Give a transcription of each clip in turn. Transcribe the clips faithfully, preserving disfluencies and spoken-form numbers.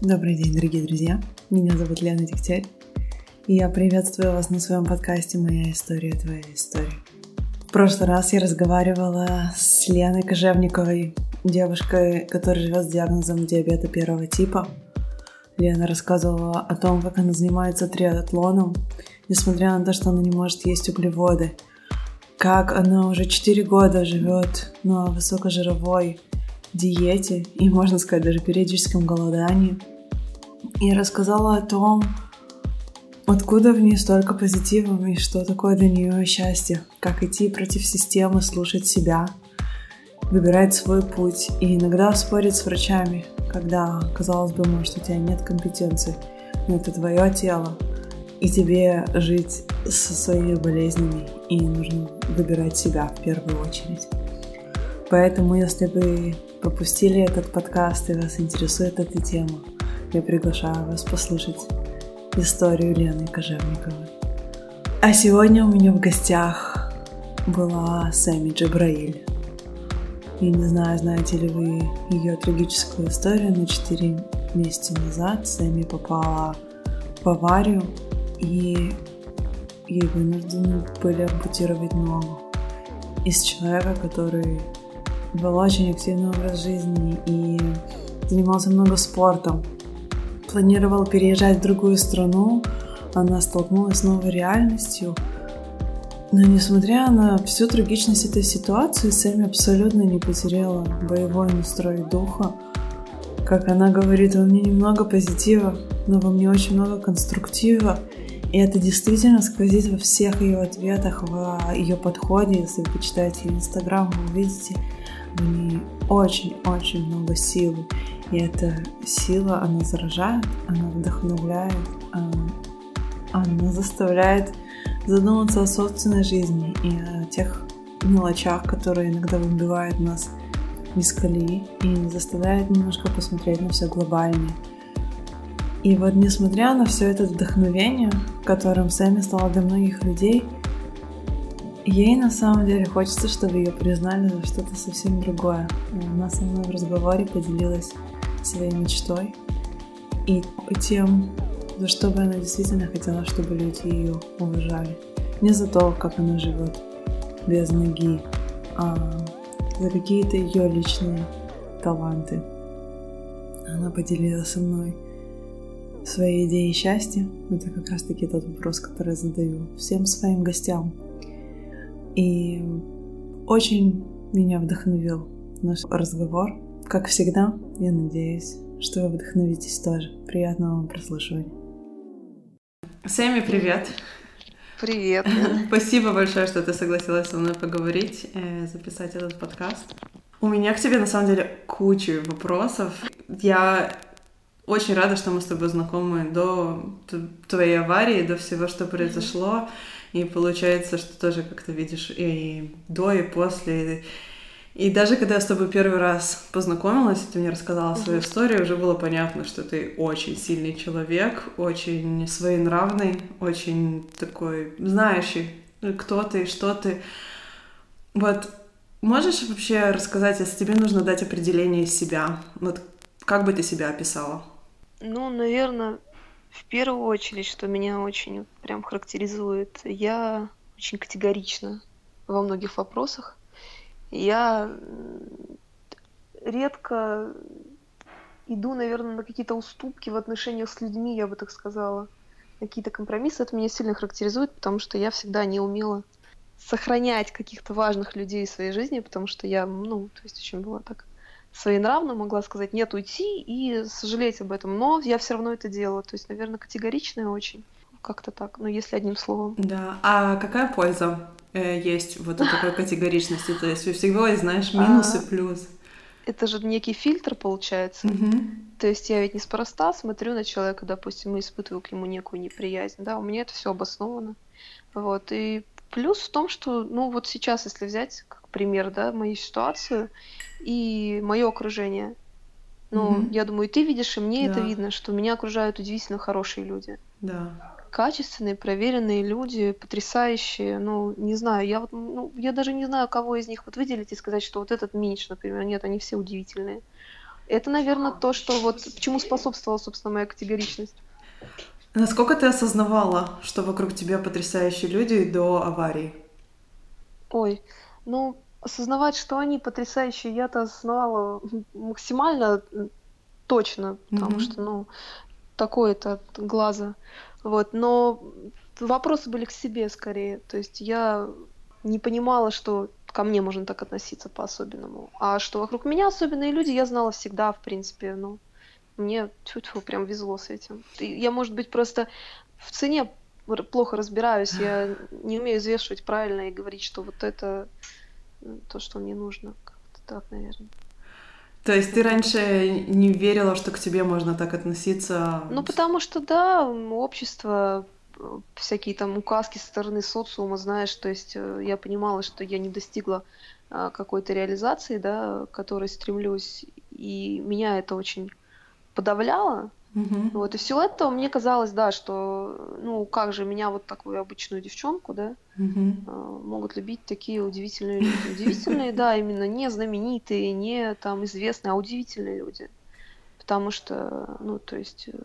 Добрый день, дорогие друзья. Меня зовут Лена Дегтярь, и я приветствую вас на своем подкасте «Моя история, твоя история». В прошлый раз я разговаривала с Леной Кожевниковой, девушкой, которая живет с диагнозом диабета первого типа. Лена рассказывала о том, как она занимается триатлоном, несмотря на то, что она не может есть углеводы, как она уже четыре года живет на высокожировой диете и, можно сказать, даже периодическом голодании. И рассказала о том, откуда в ней столько позитива и что такое для нее счастье, как идти против системы, слушать себя, выбирать свой путь и иногда спорить с врачами, когда, казалось бы, может, у тебя нет компетенции, но это твое тело, и тебе жить со своими болезнями, и нужно выбирать себя в первую очередь. Поэтому, если вы пропустили этот подкаст и вас интересует эта тема, я приглашаю вас послушать историю Лены Кожевниковой. А сегодня у меня в гостях была Сэмми Джабраиль. Я не знаю, знаете ли вы ее трагическую историю, но четыре месяца назад Сэмми попала в аварию, и ей вынуждены были ампутировать ногу. Из человека, который вел очень активный образ жизни и занимался много спортом, планировал переезжать в другую страну, она столкнулась с новой реальностью. Но несмотря на всю трагичность этой ситуации, Сэмми абсолютно не потеряла боевой настрой духа. Как она говорит, во мне немного позитива, но во мне очень много конструктива. И это действительно сквозит во всех ее ответах, в ее подходе. Если вы почитаете ее инстаграм, вы увидите в ней очень-очень много силы. И эта сила, она заражает, она вдохновляет, она заставляет задуматься о собственной жизни и о тех мелочах, которые иногда выбивают нас из колеи и заставляет немножко посмотреть на все глобальнее. И вот несмотря на все это вдохновение, которым Сэмми стала для многих людей, ей на самом деле хочется, чтобы ее признали за что-то совсем другое. И она со мной в разговоре поделилась своей мечтой и тем, за что бы она действительно хотела, чтобы люди ее уважали. Не за то, как она живет без ноги, а за какие-то ее личные таланты. Она поделилась со мной своей идеей счастья. Это как раз-таки тот вопрос, который я задаю всем своим гостям. И очень меня вдохновил наш разговор. Как всегда, я надеюсь, что вы вдохновитесь тоже. Приятного вам прослушивания. Сэмми, привет! Привет! Спасибо большое, что ты согласилась со мной поговорить, записать этот подкаст. У меня к тебе, на самом деле, куча вопросов. Я очень рада, что мы с тобой знакомы до твоей аварии, до всего, что произошло. И получается, что тоже как-то видишь и до, и после. И даже когда я с тобой первый раз познакомилась, ты мне рассказала свою историю, уже было понятно, что ты очень сильный человек, очень своенравный, очень такой знающий, кто ты, что ты. Вот можешь вообще рассказать, если тебе нужно дать определение себя, вот как бы ты себя описала? Ну, наверное, в первую очередь, что меня очень прям характеризует, я очень категорична во многих вопросах. Я редко иду, наверное, на какие-то уступки в отношениях с людьми, я бы так сказала. Какие-то компромиссы. Это меня сильно характеризует, потому что я всегда не умела сохранять каких-то важных людей в своей жизни, потому что я, ну, то есть очень была так своенравна, могла сказать нет, уйти и сожалеть об этом, но я все равно это делала. То есть, наверное, категоричная очень. Как-то так, ну, если одним словом. Да. А какая польза э, есть вот у такой категоричности? То есть всегда, знаешь, минус и плюс. Это же некий фильтр, получается. Угу. То есть я ведь неспроста смотрю на человека, допустим, и испытываю к нему некую неприязнь. Да, у меня это все обосновано. Вот. И плюс в том, что, ну, вот сейчас, если взять как пример, да, мою ситуацию и мое окружение, ну, угу. я думаю, и ты видишь, и мне да. это видно, что меня окружают удивительно хорошие люди. Да. Качественные, проверенные люди, потрясающие, ну, не знаю, я вот, ну, я даже не знаю, кого из них вот выделить и сказать, что вот этот меньше, например, нет, они все удивительные. это, наверное, то, что вот чему способствовала, собственно, моя категоричность. Насколько ты осознавала, что вокруг тебя потрясающие люди до аварии? Ой, ну, осознавать, что они потрясающие, я-то осознавала максимально точно, потому Мгм. что, ну, такое-то от глаза. Вот, но вопросы были к себе скорее. То есть я не понимала, что ко мне можно так относиться по-особенному. А что вокруг меня особенные люди, я знала всегда, в принципе. Ну, мне тьфу-тьфу, прям везло с этим. И я, может быть, просто в цене р- плохо разбираюсь. Я не умею взвешивать правильно и говорить, что вот это м, то, что мне нужно. Как-то так, наверное. То есть ты Вот. раньше не верила, что к тебе можно так относиться? Ну, потому что, да, м, общество, э, всякие там указки со стороны социума, знаешь, то есть э, я понимала, что я не достигла а, какой-то реализации, да, к которой стремлюсь, и меня это очень подавляло. Мгм. Вот, и все это мне казалось, да, что, ну, как же меня, вот такую обычную девчонку, да, Мгм. а, могут любить такие удивительные люди. Удивительные, да, именно не знаменитые, не там известные, а удивительные люди. Потому что, ну, то есть э,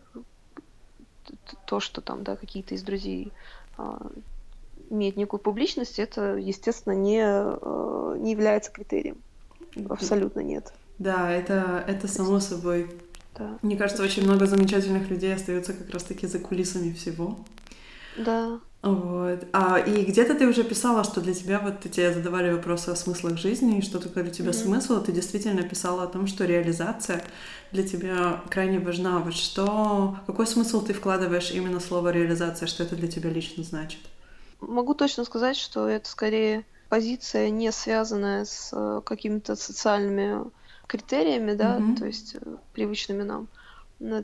т- т- то, что там, да, какие-то из друзей а, имеют некую публичность, это, естественно, не, э, не является критерием. Абсолютно нет. Да, это, это То само есть, собой. да, Мне кажется, очень точно. много замечательных людей остаются как раз-таки за кулисами всего. Да. Вот. А, и где-то ты уже писала, что для тебя, вот тебе задавали вопросы о смыслах жизни, и что такое для тебя Мгм. смысл, ты действительно писала о том, что реализация для тебя крайне важна. Вот что, какой смысл ты вкладываешь именно в слово реализация, что это для тебя лично значит? Могу точно сказать, что это скорее позиция, не связанная с э, какими-то социальными критериями, да, то Мгм. есть э, привычными нам. Но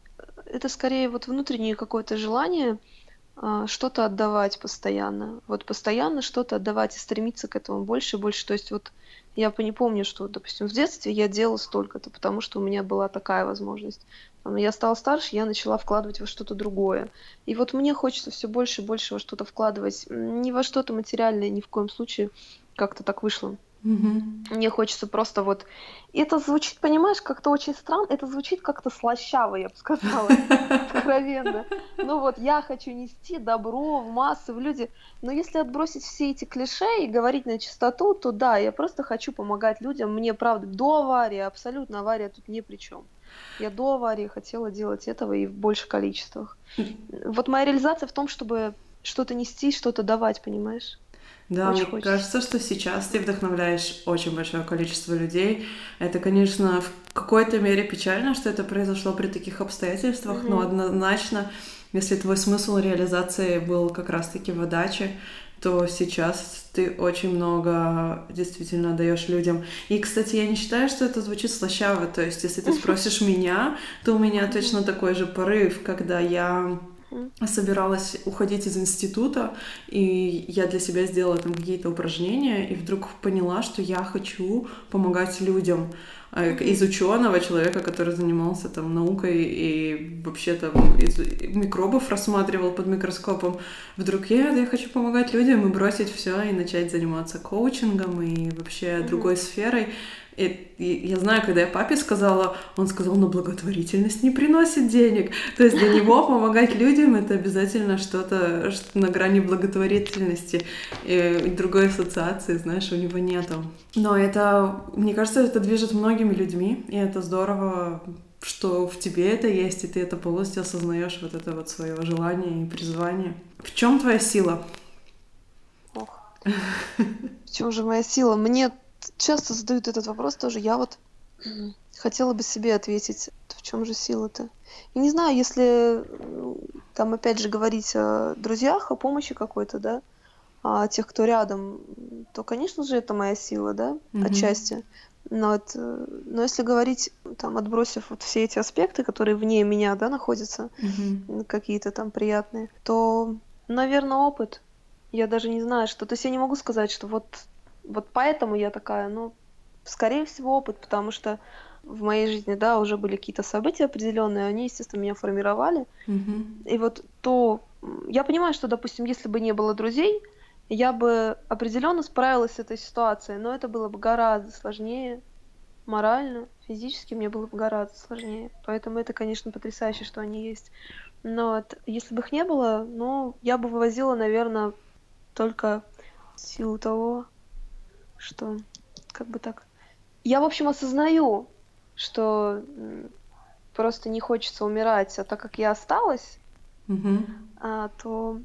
это скорее вот внутреннее какое-то желание а, что-то отдавать постоянно. Вот постоянно что-то отдавать и стремиться к этому больше и больше. То есть вот я по- не помню, что, допустим, в детстве я делала столько-то, потому что у меня была такая возможность. Потом я стала старше, я начала вкладывать во что-то другое. И вот мне хочется все больше и больше во что-то вкладывать. М, Не во что-то материальное ни в коем случае. Как-то так вышло. Мгм. Мне хочется просто вот... И это звучит, понимаешь, как-то очень странно. Это звучит как-то слащаво, я бы сказала. Откровенно. Ну вот, я хочу нести добро в массы, в люди. Но если отбросить все эти клише и говорить на чистоту, то да, я просто хочу помогать людям. Мне, правда, до аварии, абсолютно авария тут ни при чем. Я до аварии хотела делать этого и в больших количествах. Вот моя реализация в том, чтобы что-то нести, что-то давать, понимаешь? Да, Очень мне хочется. кажется, что сейчас ты вдохновляешь очень большое количество людей. Это, конечно, в какой-то мере печально, что это произошло при таких обстоятельствах, но Мгм. однозначно, если твой смысл реализации был как раз-таки в отдаче, то сейчас ты очень много действительно даешь людям. И, кстати, я не считаю, что это звучит слащаво. То есть, если ты спросишь меня, то у меня Мгм. точно такой же порыв, когда я Мгм. собиралась уходить из института, и я для себя сделала там какие-то упражнения, и вдруг поняла, что я хочу помогать людям. А Мгм. из ученого человека, который занимался там наукой и вообще там из микробов рассматривал под микроскопом, вдруг я, да, я хочу помогать людям и бросить все и начать заниматься коучингом и вообще Мгм. другой сферой. И, и я знаю, когда я папе сказала, он сказал, ну благотворительность не приносит денег. То есть для него помогать людям это обязательно что-то что на грани благотворительности и другой ассоциации, знаешь, у него нету. Но это, мне кажется, это движет многими людьми, и это здорово, что в тебе это есть, и ты это полностью осознаешь, вот это вот свое желание и призвание. В чем твоя сила? Ох, в чем же моя сила? Мне т- часто задают этот вопрос тоже. Я вот м, хотела бы себе ответить, в чем же сила-то? И не знаю, если м, там опять же говорить о друзьях, о помощи какой-то, да, о тех, кто рядом, м, то, конечно же, это моя сила, да, Мгм. отчасти. Но, вот, э, но если говорить, там, отбросив вот все эти аспекты, которые вне меня, да, находятся, Мгм. м, какие-то там приятные, то, наверное, опыт. Я даже не знаю, что... То есть я не могу сказать, что вот, вот поэтому я такая, ну, скорее всего, опыт, потому что в моей жизни, да, уже были какие-то события определенные, они, естественно, меня формировали. Мгм. И вот то... м, Я понимаю, что, допустим, если бы не было друзей, я бы определенно справилась с этой ситуацией, но это было бы гораздо сложнее, морально, физически мне было бы гораздо сложнее. Поэтому это, конечно, потрясающе, что они есть. Но вот, если бы их не было, ну, я бы вывозила, наверное, только в силу того, что, как бы так... Я, в общем, осознаю, что м, просто не хочется умирать, а так как я осталась, Мгм. а, то...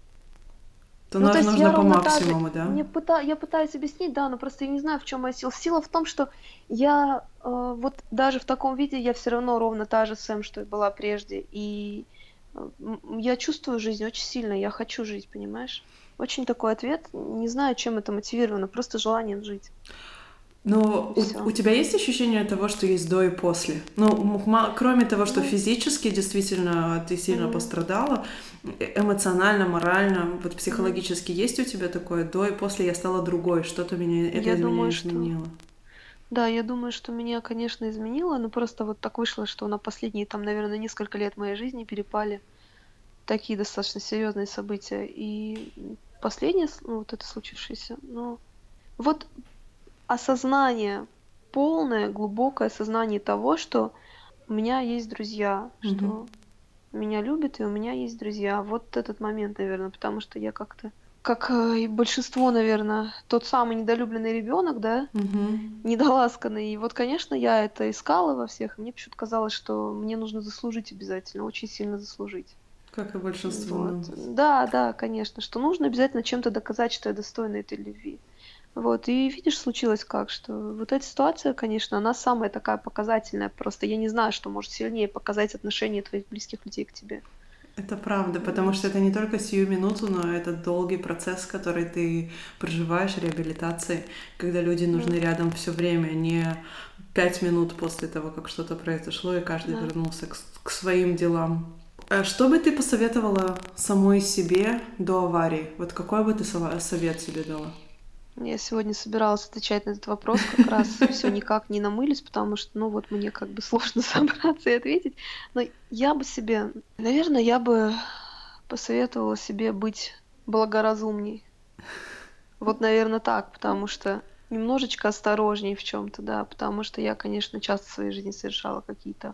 То Ну, то нужно, есть нужно я по ровно так же... максимуму, да? Не пыта... Я пытаюсь объяснить, да, но просто я не знаю, в чем моя сила. Сила в том, что я э, вот даже в таком виде я все равно ровно та же Сэм, что и была прежде. И э, м, я чувствую жизнь очень сильно, я хочу жить, понимаешь? Очень такой ответ. Не знаю, чем это мотивировано, просто желанием жить. Но И у, все. у тебя есть ощущение того, что есть до и после? Ну, м- ма- кроме того, что Ну, физически действительно ты сильно мгм, пострадала, э- эмоционально, морально, вот мгм. психологически есть у тебя такое до и после я стала другой, что-то меня, это Я из меня думаю, что... изменило? Да, я думаю, что меня, конечно, изменило, но просто вот так вышло, что на последние, там, наверное, несколько лет моей жизни перепали такие достаточно серьезные события. И м, последнее, с- ну, вот это случившееся, ну, вот осознание, полное, глубокое осознание того, что у меня есть друзья, Мгм. что меня любят, и у меня есть друзья. Вот этот момент, наверное, потому что я как-то, как э, и большинство, наверное, тот самый недолюбленный ребенок, да, Мгм. недоласканный. И вот, конечно, я это искала во всех, и мне почему-то казалось, что мне нужно заслужить обязательно, очень сильно заслужить. Как и большинство Вот. нас. Да, да, конечно, что нужно обязательно чем-то доказать, что я достойна этой любви. Вот, и видишь, случилось как, что вот эта ситуация, конечно, она самая такая показательная. Просто я не знаю, что может сильнее показать отношение твоих близких людей к тебе. Это правда, потому что Вот. это не только сию минуту, но это долгий процесс, который ты проживаешь, реабилитации, когда люди Да, нужны рядом все время, не пять минут после того, как что-то произошло, и каждый да. вернулся к, к своим делам. А что бы ты посоветовала самой себе до аварии? Вот какой бы ты сова- совет себе дала? Я сегодня собиралась отвечать на этот вопрос, как раз все никак не намылись, потому что, ну вот мне как бы сложно собраться и ответить. Но я бы себе, наверное, я бы посоветовала себе быть благоразумней. Вот, наверное, так, потому что немножечко осторожней в чем-то, да, потому что я, конечно, часто в своей жизни совершала какие-то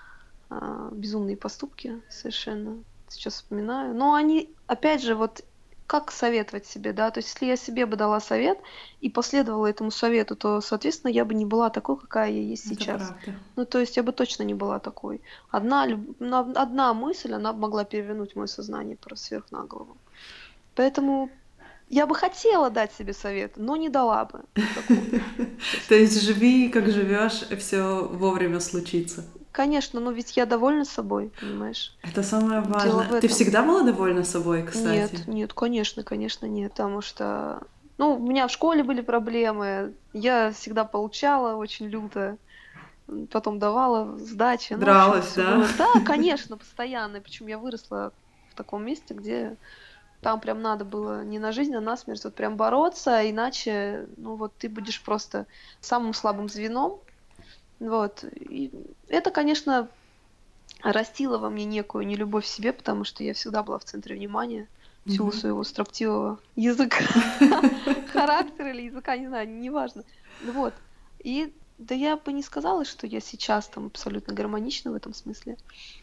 а, безумные поступки совершенно. Сейчас вспоминаю. Но они, опять же, вот как советовать себе, да, то есть если я себе бы дала совет и последовала этому совету, то, соответственно, я бы не была такой, какая я есть Это сейчас. правда. Ну, то есть я бы точно не была такой. Одна, люб- ну, одна мысль, она бы могла перевернуть мое сознание просто сверх на голову. Поэтому я бы хотела дать себе совет, но не дала бы никакого, То честно. есть живи, как живешь, и все вовремя случится. Конечно, но ведь я довольна собой, понимаешь? Это самое Дело в важное. Ты этом. всегда была довольна собой, кстати? Нет, нет, конечно, конечно, нет, потому что, ну, у меня в школе были проблемы, я всегда получала очень люто, м, потом давала сдачи, ну, в общем, Дралась, все да? было, да, конечно, постоянно, причем я выросла в таком месте, где там прям надо было не на жизнь, а на смерть, вот прям бороться, иначе, ну, вот ты будешь просто самым слабым звеном, вот, и это, конечно, растило во мне некую нелюбовь к себе, потому что я всегда была в центре внимания в силу Мгм. своего строптивого языка, характера или языка, не знаю, неважно. Ну вот. И да я бы не сказала, что я сейчас там абсолютно гармонична в этом смысле.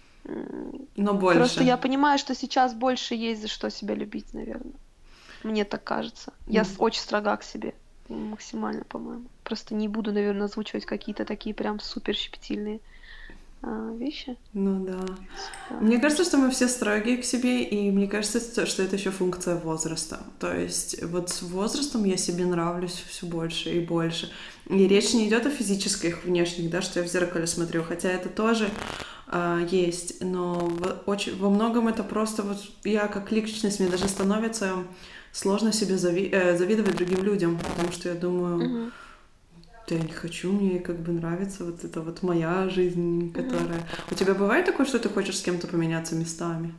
М, Но Просто больше. я понимаю, что сейчас больше есть за что себя любить, наверное. Мне так кажется. Я с- очень строга к себе. Максимально, по-моему. Просто не буду, наверное, озвучивать какие-то такие прям супер щепетильные а, вещи. Ну да. Да. Мне кажется, что мы все строгие к себе, и мне кажется, что это еще функция возраста. То есть вот с возрастом я себе нравлюсь все больше и больше. И речь не идет о физических, внешних, да, что я в зеркале смотрю, хотя это тоже а, есть, но в- очень, во многом это просто вот я как личность, мне даже становится сложно себе зави- э, завидовать другим людям, потому что я думаю, Мгм. да я не хочу, мне как бы нравится вот это вот моя жизнь, Мгм. которая... У тебя бывает такое, что ты хочешь с кем-то поменяться местами?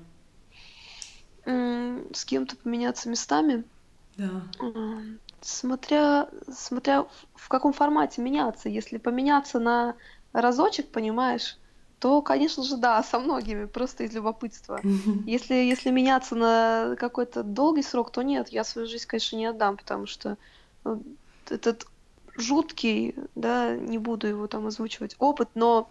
М, С кем-то поменяться местами. Да. М, Смотря, смотря в в каком формате меняться. Если поменяться на разочек, понимаешь, то, конечно же, да, со многими, просто из любопытства. Если, если меняться на какой-то долгий срок, то нет, я свою жизнь, конечно, не отдам, потому что ну, этот жуткий, да, не буду его там озвучивать, опыт, но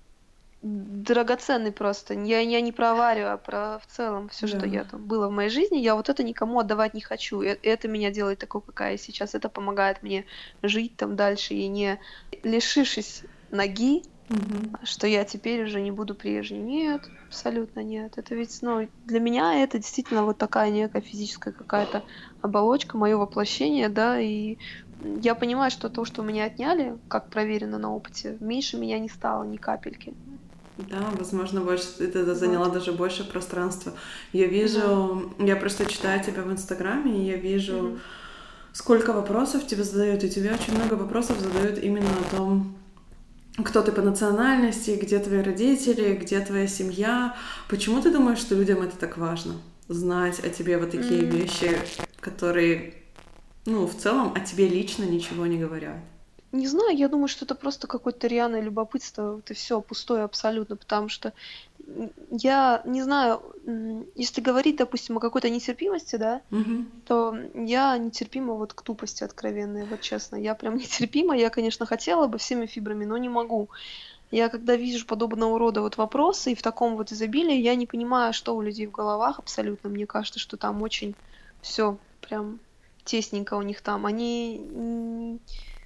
драгоценный просто. Я, я не про аварию, а про в целом все, Да. что я там было в моей жизни. Я вот это никому отдавать не хочу. И это меня делает такой, какая я сейчас. Это помогает мне жить там дальше и не лишившись ноги, Мгм. что я теперь уже не буду прежней. Нет, абсолютно нет. Это ведь, ну, для меня это действительно вот такая некая физическая какая-то оболочка, мое воплощение, да, и я понимаю, что то, что у меня отняли, как проверено на опыте, меньше меня не стало ни капельки. Да, возможно, больше это Вот. заняло даже больше пространства. Я Да. вижу, я просто читаю тебя в Инстаграме, и я вижу, Мгм. сколько вопросов тебе задают, и тебе очень много вопросов задают именно о том, кто ты по национальности, где твои родители, где твоя семья. Почему ты думаешь, что людям это так важно? Знать о тебе вот такие М. вещи, которые, ну, в целом о тебе лично ничего не говорят. Не знаю, я думаю, что это просто какое-то рьяное любопытство, вот и все пустое абсолютно, потому что м, я не знаю, м, если говорить, допустим, о какой-то нетерпимости, да, Мгм. то я нетерпима вот к тупости откровенной, вот честно. Я прям нетерпима, я, конечно, хотела бы всеми фибрами, но не могу. Я когда вижу подобного рода вот вопросы и в таком вот изобилии, я не понимаю, что у людей в головах абсолютно. Мне кажется, что там очень все прям тесненько у них там. Они м,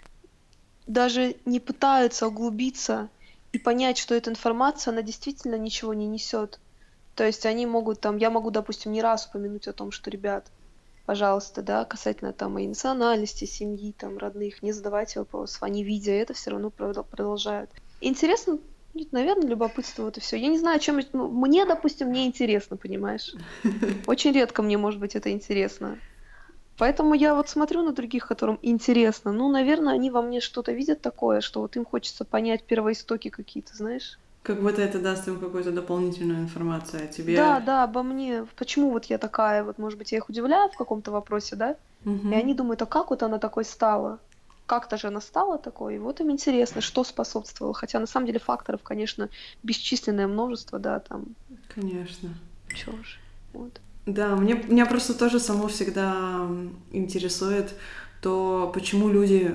даже не пытаются углубиться и понять, что эта информация, она действительно ничего не несет. То есть они могут там, я могу, допустим, не раз упомянуть о том, что, ребят, пожалуйста, да, касательно там моей национальности, семьи, там, родных, не задавайте вопросов, они, видя это, все равно продол- продолжают. Интересно, наверное, любопытство, вот и все. Я не знаю, чем... ну, мне, допустим, не интересно, понимаешь? Очень редко мне, может быть, это интересно. Поэтому я вот смотрю на других, которым интересно. Ну, наверное, они во мне что-то видят такое, что вот им хочется понять первоистоки какие-то, знаешь? Как будто это даст им какую-то дополнительную информацию о Да, тебе. да, обо мне. Почему вот я такая, вот, может быть, я их удивляю в каком-то вопросе, да? И Мгм. они думают, а как вот она такой стала? Как-то же она стала такой, и вот им интересно, что способствовало. Хотя на самом деле факторов, конечно, бесчисленное множество, да, там, Конечно. чё уж, вот. Да, мне, меня просто тоже само всегда м, интересует то, почему люди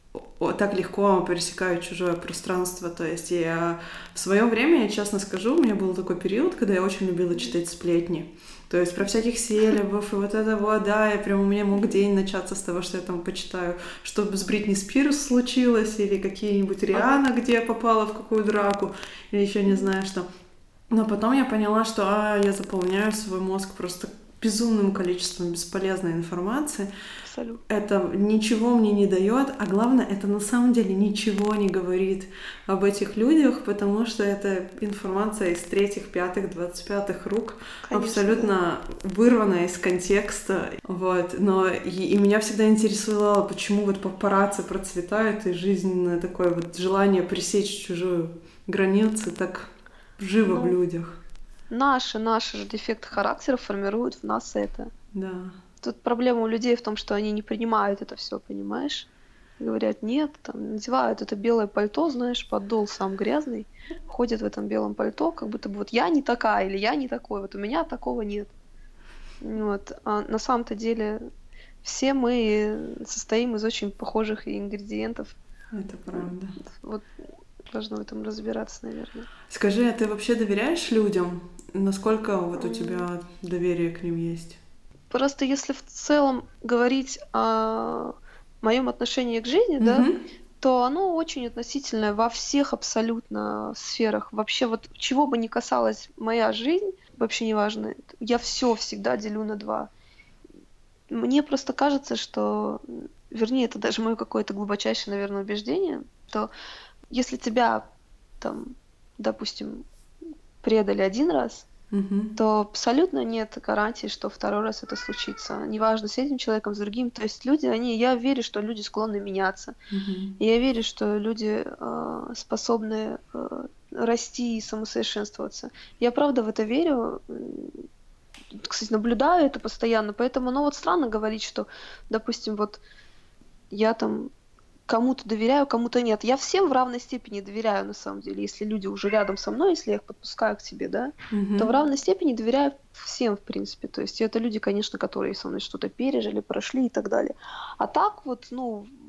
о- так легко пересекают чужое пространство. То есть я в свое время, я честно скажу, у меня был такой период, когда я очень любила читать сплетни. То есть про всяких селебов и вот это вот, да, и прям у меня мог день начаться с того, что я там почитаю, что с Бритни Спирс случилось, или какие-нибудь Ага. Риана, где я попала в какую драку, или еще не знаю что. Но потом я поняла, что а, я заполняю свой мозг просто безумным количеством бесполезной информации. Абсолютно. Это ничего мне не дает, а главное, это на самом деле ничего не говорит об этих людях, потому что это информация из третьих, пятых, двадцать пятых рук, Конечно, абсолютно вырванная из контекста. Вот. Но и, и меня всегда интересовало, почему вот папарацци процветают, и жизненное такое вот желание пресечь чужую границу так живо в ну, людях. наши, наши же дефекты характера формируют в нас это. Да. Тут проблема у людей в том, что они не принимают это все, понимаешь? Говорят, нет, там, надевают это белое пальто, знаешь, подол сам грязный, ходят в этом белом пальто, как будто бы вот я не такая или я не такой, вот у меня такого нет. Вот. А на самом-то деле все мы состоим из очень похожих ингредиентов. Это правда. Вот должны в этом разбираться, наверное. Скажи, а ты вообще доверяешь людям? Насколько вот у М, тебя доверие к ним есть? Просто если в целом говорить о моем отношении к жизни, да, Мгм. то оно очень относительное во всех абсолютно сферах. Вообще вот чего бы ни касалась моя жизнь, вообще неважно, я все всегда делю на два. Мне просто кажется, что, м, вернее, это даже мое какое-то глубочайшее, наверное, убеждение, что если тебя там, допустим, предали один раз, Мгм. то абсолютно нет гарантии, что второй раз это случится. Неважно, с этим человеком, с другим. То есть люди, они, я верю, что люди склонны меняться. Мгм. И я верю, что люди э, способны э, расти и самосовершенствоваться. Я правда в это верю. М, Кстати, наблюдаю это постоянно. Поэтому, ну вот странно говорить, что, допустим, вот я там кому-то доверяю, кому-то нет. Я всем в равной степени доверяю, на самом деле. Если люди уже рядом со мной, если я их подпускаю к себе, да, то в Мгм. равной степени доверяю всем, в принципе. То есть это люди, конечно, которые со мной что-то пережили, прошли и так далее. А так вот, ну,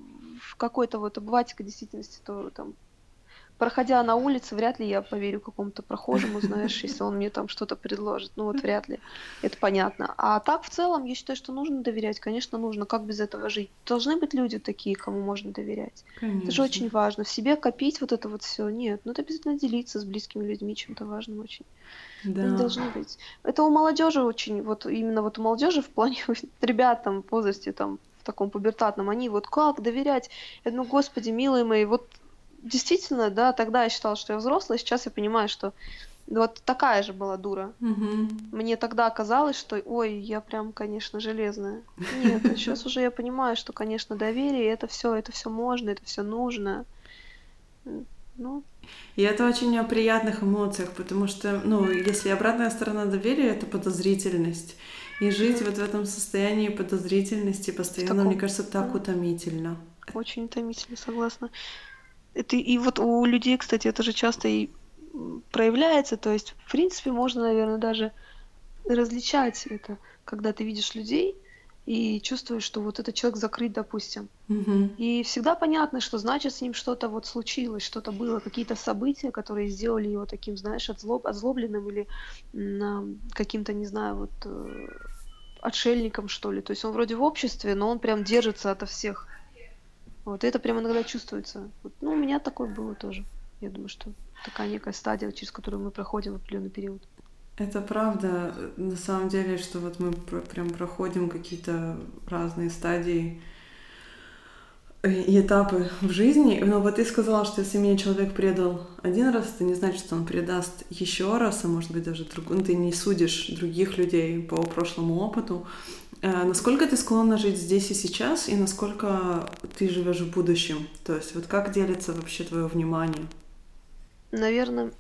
в какой-то вот обывательской действительности, то там, проходя на улице, вряд ли я поверю какому-то прохожему, знаешь, если он мне там что-то предложит. Ну вот вряд ли. Это понятно. А так в целом я считаю, что нужно доверять. Конечно, нужно. Как без этого жить? Должны быть люди такие, кому можно доверять. Это же Конечно. очень важно. В себе копить вот это вот все. Нет, ну это обязательно делиться с близкими людьми чем-то важным очень. Да. Они должны быть. Это у молодежи очень, вот именно вот у молодежи в плане ребят там в возрасте там в таком пубертатном, они вот как доверять? Я думаю, господи, милые мои, вот действительно, да, тогда я считала, что я взрослая, сейчас я понимаю, что вот такая же была дура. Угу. Мне тогда казалось, что, ой, я прям, конечно, железная. Нет, а сейчас уже я понимаю, что, конечно, доверие, это все, это все можно, это все нужно. Ну, И это очень о приятных эмоциях, потому что, ну, если обратная сторона доверия — это подозрительность. И жить Мгм. вот в этом состоянии подозрительности постоянно, таком, мне кажется, так да, утомительно. очень утомительно, согласна. Это и вот у людей, кстати, это же часто и м, проявляется, то есть, в принципе, можно, наверное, даже различать это, когда ты видишь людей и чувствуешь, что вот этот человек закрыт, допустим. Угу. И всегда понятно, что значит с ним что-то вот случилось, что-то было, какие-то события, которые сделали его таким, знаешь, отзлоб, озлобленным или м, каким-то, не знаю, вот э, отшельником, что ли. То есть он вроде в обществе, но он прям держится ото всех. Вот и это прям иногда чувствуется. Вот, ну, у меня такое было тоже. Я думаю, что такая некая стадия, через которую мы проходим в определенный период. Это правда, на самом деле, что вот мы пр- прям проходим какие-то разные стадии и этапы в жизни. Но вот ты сказала, что если меня человек предал один раз, это не значит, что он предаст еще раз, а может быть даже друг... ну, ты не судишь других людей по прошлому опыту. А насколько ты склонна жить здесь и сейчас, и насколько ты живешь в будущем? То есть вот как делится вообще твое внимание? Наверное,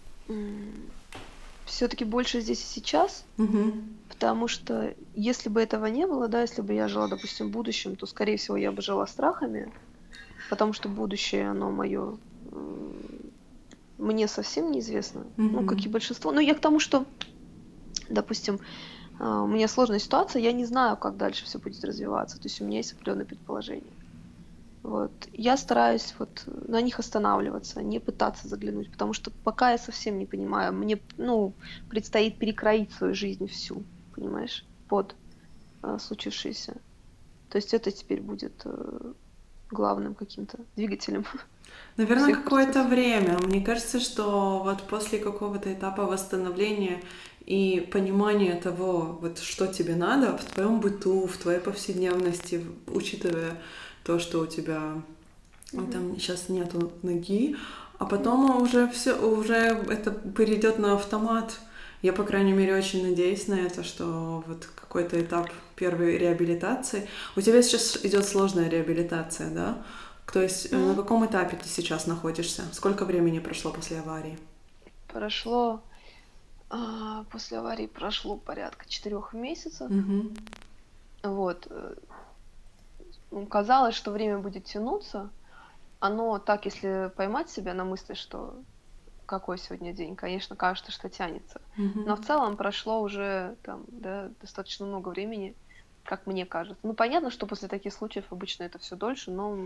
все-таки больше здесь и сейчас, Угу. потому что если бы этого не было, да, если бы я жила, допустим, в будущем, то, скорее всего, я бы жила страхами, потому что будущее, оно мое, мне совсем неизвестно, ну, как и Угу. большинство. Но я к тому, что, допустим, у меня сложная ситуация, я не знаю, как дальше все будет развиваться, то есть у меня есть определенные предположения. Вот. Я стараюсь вот на них останавливаться, не пытаться заглянуть, потому что пока я совсем не понимаю, мне, ну, предстоит перекроить свою жизнь всю, понимаешь, под э, случившееся. То есть это теперь будет э, главным каким-то двигателем Наверное, всех какое-то процессов. время. Мне кажется, что вот после какого-то этапа восстановления и понимания того, вот что тебе надо в твоем быту, в твоей повседневности, учитывая то, что у тебя ну, Мгм. там сейчас нету ноги, а потом уже все, уже это перейдет на автомат. Я, по крайней мере, очень надеюсь на это, что вот какой-то этап первой реабилитации. У тебя сейчас идет сложная реабилитация, да? То есть э, на М, каком этапе ты сейчас находишься? Сколько времени прошло после аварии? Прошло, а, после аварии прошло порядка четырех месяцев. Угу. Вот. э, ну, Казалось, что время будет тянуться. Оно так, если поймать себя на мысли, что какой сегодня день, конечно, кажется, что тянется. Угу. Но в целом прошло уже там, да, достаточно много времени, как мне кажется. Ну, понятно, что после таких случаев обычно это все дольше, но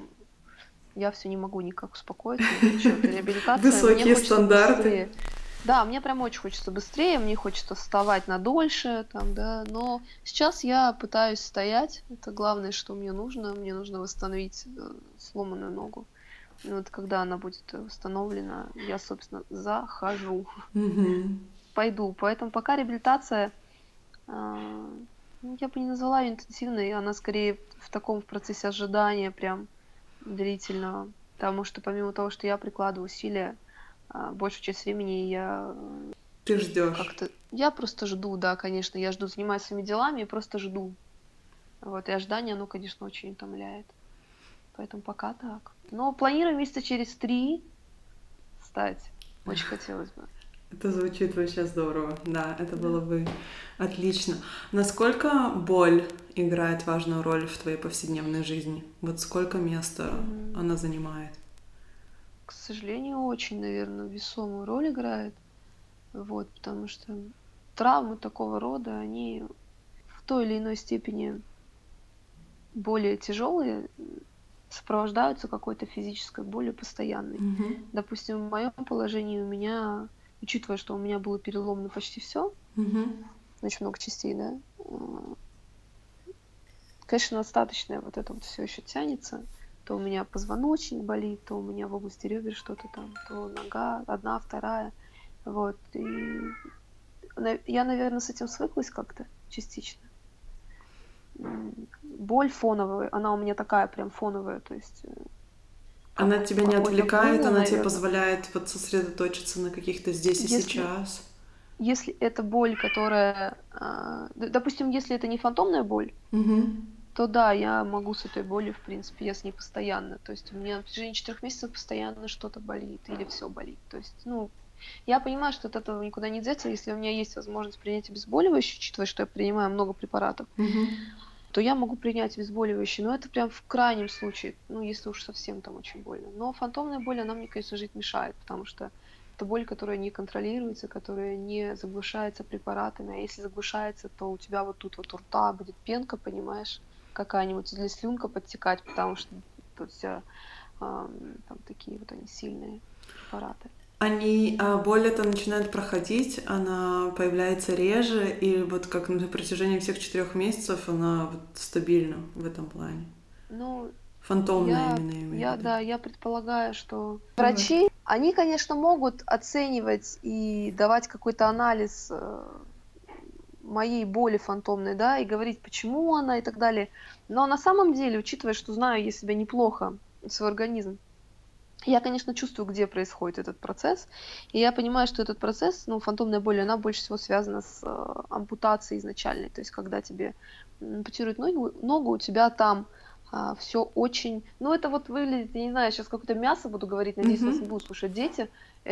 я все не могу никак успокоиться насчет реабилитации. Мне Высокие хочется стандарты. быстрее. Да, мне прям очень хочется быстрее, мне хочется вставать на дольше, там, да, но сейчас я пытаюсь стоять, это главное, что мне нужно, мне нужно восстановить э, сломанную ногу. И вот когда она будет э, восстановлена, я, собственно, захожу, Угу. пойду. Поэтому пока реабилитация, а, ну, я бы не назвала ее интенсивной, она скорее в таком в процессе ожидания прям длительного, потому что помимо того, что я прикладываю усилия, а, большую часть времени я э, Ты ждешь. как-то... Я просто жду, да, конечно, я жду, занимаюсь своими делами и просто жду. Вот, и ожидание, оно, конечно, очень утомляет. Поэтому пока так. Но планирую месяца через три стать. Очень хотелось бы. Это звучит вообще здорово. Да, это было бы отлично. Насколько боль играет важную роль в твоей повседневной жизни? Вот сколько места М, она занимает? К сожалению, очень, наверное, весомую роль играет. Вот, потому что травмы такого рода, они в той или иной степени более тяжелые сопровождаются какой-то физической болью постоянной. Мгм. Допустим, в моем положении у меня, учитывая, что у меня было переломано почти все, Мгм. очень много частей, да, м, конечно, остаточное вот это вот все еще тянется. То у меня позвоночник болит, то у меня в области ребер что-то там, то нога одна, вторая. Вот. И на- я, наверное, с этим свыклась как-то частично. М, Боль фоновая, она у меня такая прям фоновая, то есть э, Она как тебя не какой-то отвлекает, пыл, она тебе наверное. позволяет вот сосредоточиться на каких-то здесь и Если, сейчас. если это боль, которая, а, д- допустим, если это не фантомная боль, Мгм. то да, я могу с этой болью, в принципе, я с ней постоянно. То есть у меня на протяжении четырех месяцев постоянно что-то болит или все болит. То есть, ну, я понимаю, что от этого никуда не деться. Если у меня есть возможность принять обезболивающее, учитывая, что я принимаю много препаратов, Мгм. то я могу принять обезболивающее. Но это прям в крайнем случае, ну, если уж совсем там очень больно. Но фантомная боль, она мне, конечно, жить мешает, потому что это боль, которая не контролируется, которая не заглушается препаратами. А если заглушается, то у тебя вот тут вот у рта будет пенка, понимаешь, какая-нибудь, или слюнка подтекать, потому что тут вся ам, там такие вот они сильные препараты. Они, а боль это начинает проходить, она появляется реже, и вот как на протяжении всех четырех месяцев она вот стабильна в этом плане. Ну, Фантомная я, именно, я имею в я, виду. да, я предполагаю, что Давай. врачи, они, конечно, могут оценивать и давать какой-то анализ э, моей боли фантомной, да, и говорить, почему она и так далее. Но на самом деле, учитывая, что знаю я себя неплохо, свой организм, я, конечно, чувствую, где происходит этот процесс, и я понимаю, что этот процесс, ну, фантомная боль, она больше всего связана с э, ампутацией изначальной, то есть когда тебе м, ампутируют ногу, ногу, у тебя там все очень... Ну, это вот выглядит, я не знаю, сейчас какое-то мясо буду говорить, надеюсь, нас не Мгм. будут слушать дети,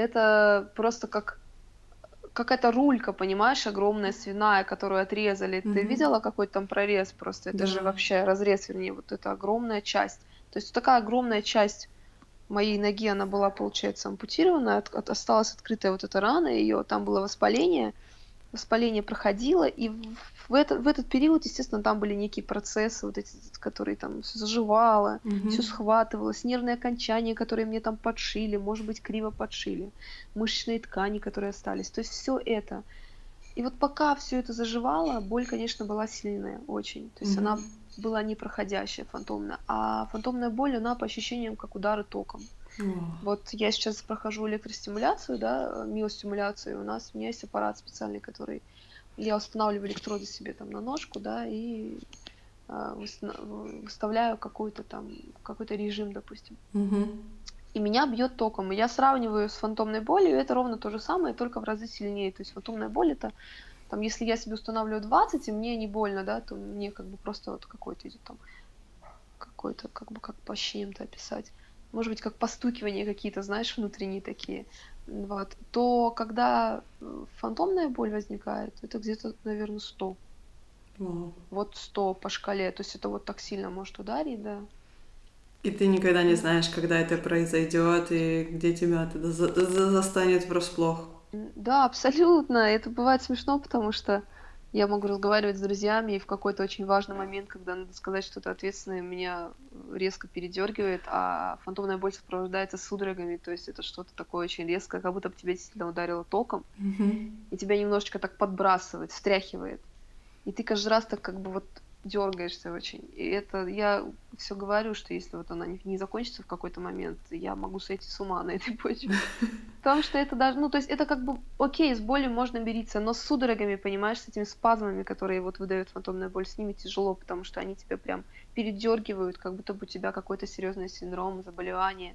это просто как какая-то рулька, понимаешь, огромная свиная, которую отрезали. Ты Мгм. видела какой-то там прорез просто? Это же Да. вообще разрез, вернее, вот это огромная часть. То есть такая огромная часть моей ноги, она была, получается, ампутирована, от- от- осталась открытая вот эта рана, ее там было воспаление, воспаление проходило, и в, в это- в этот период, естественно, там были некие процессы, вот эти, которые там все заживало, все Мгм. схватывалось, нервные окончания, которые мне там подшили, может быть, криво подшили, мышечные ткани, которые остались. То есть все это. И вот пока все это заживало, боль, конечно, была сильная очень. То есть она Мгм. была непроходящая, фантомная. А фантомная боль, она по ощущениям как удары током. О. Вот я сейчас прохожу электростимуляцию, да, миостимуляцию. У нас у меня есть аппарат специальный, который я устанавливаю электроды себе там на ножку, да, и а, выстана- выставляю какой-то там какой-то режим, допустим. Мгм. И меня бьет током. И я сравниваю с фантомной болью, это ровно то же самое, только в разы сильнее. То есть фантомная боль это там, если я себе устанавливаю двадцать, и мне не больно, да, то мне как бы просто вот какой-то идет там какой-то, как бы как по ощущениям-то описать. Может быть, как постукивания какие-то, знаешь, внутренние такие. Вот. То когда э, фантомная боль возникает, это где-то, наверное, сто. Вау. Вот сто по шкале. То есть это вот так сильно может ударить, да. И ты никогда не Ну, знаешь, когда это произойдет и где тебя это за- за- застанет врасплох. м, да, абсолютно. Это бывает смешно, потому что я могу разговаривать с друзьями, и в какой-то очень важный момент, когда надо сказать что-то ответственное, меня э, резко передергивает, а фантомная боль сопровождается судорогами, то есть это что-то такое очень резкое, как будто бы тебя действительно ударило током, Мгм. и тебя немножечко так подбрасывает, встряхивает. И ты каждый раз так как бы вот дергаешься очень. И это я все говорю, что если вот она не, не закончится в какой-то момент, я могу сойти с ума на этой почве. Потому что это даже, ну, то есть это как бы, окей, с болью можно мириться, но с судорогами, понимаешь, с этими спазмами, которые вот выдает фантомная боль, с ними тяжело, потому что они тебя прям передергивают, как будто бы у тебя какой-то серьезный синдром, заболевание,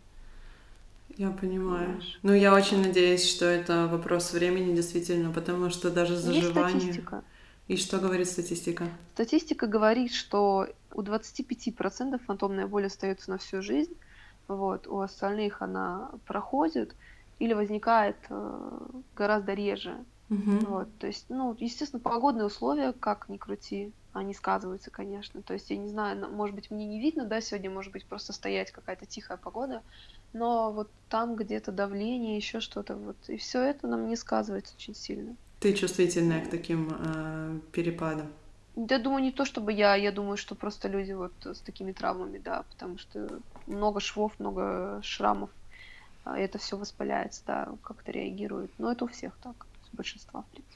Я понимаю. понимаешь. Ну, я очень Вот. надеюсь, что это вопрос времени действительно, потому что даже Есть заживание... статистика. И что говорит статистика? Статистика говорит, что у двадцати пяти процентов фантомная боль остается на всю жизнь, вот, у остальных она проходит или возникает э, гораздо реже. Мгм. Вот, то есть, ну, естественно, погодные условия, как ни крути, они сказываются, конечно. То есть, я не знаю, на- может быть, мне не видно, да, сегодня может быть просто стоять какая-то тихая погода, но вот там где-то давление, еще что-то, вот, и все это на мне сказывается очень сильно. Ты чувствительная к Вот. таким э, перепадам. Я думаю, не то чтобы я, я думаю, что просто люди вот с такими травмами, да, потому что много швов, много шрамов, а это все воспаляется, да, как-то реагирует. Но это у всех так, с большинства, в принципе.